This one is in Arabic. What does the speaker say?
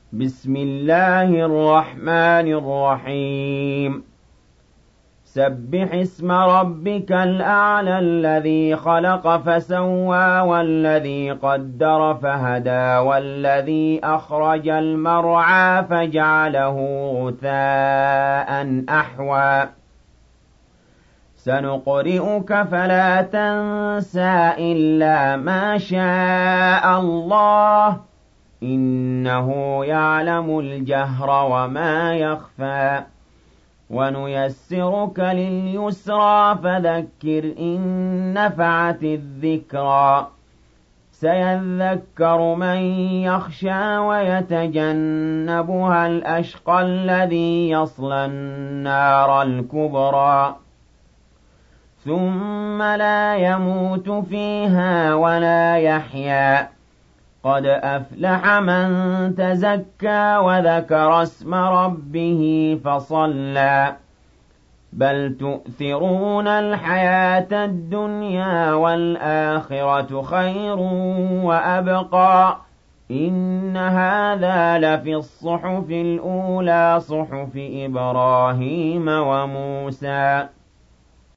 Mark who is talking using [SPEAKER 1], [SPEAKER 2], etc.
[SPEAKER 1] بسم الله الرحمن الرحيم سبح اسم ربك الأعلى الذي خلق فسوى والذي قدر فهدى والذي أخرج المرعى فجعله غثاء أحوى سنقرئك فلا تنسى إلا ما شاء الله إنه يعلم الجهر وما يخفى ونيسرك لليسرى فذكر إن نفعت الذكرى سيذكر من يخشى ويتجنبها الأشقى الذي يصلى النار الكبرى ثم لا يموت فيها ولا يحيا قد أفلح من تزكى وذكر اسم ربه فصلى بل تؤثرون الحياة الدنيا والآخرة خير وأبقى إن هذا لفي الصحف الأولى صحف إبراهيم وموسى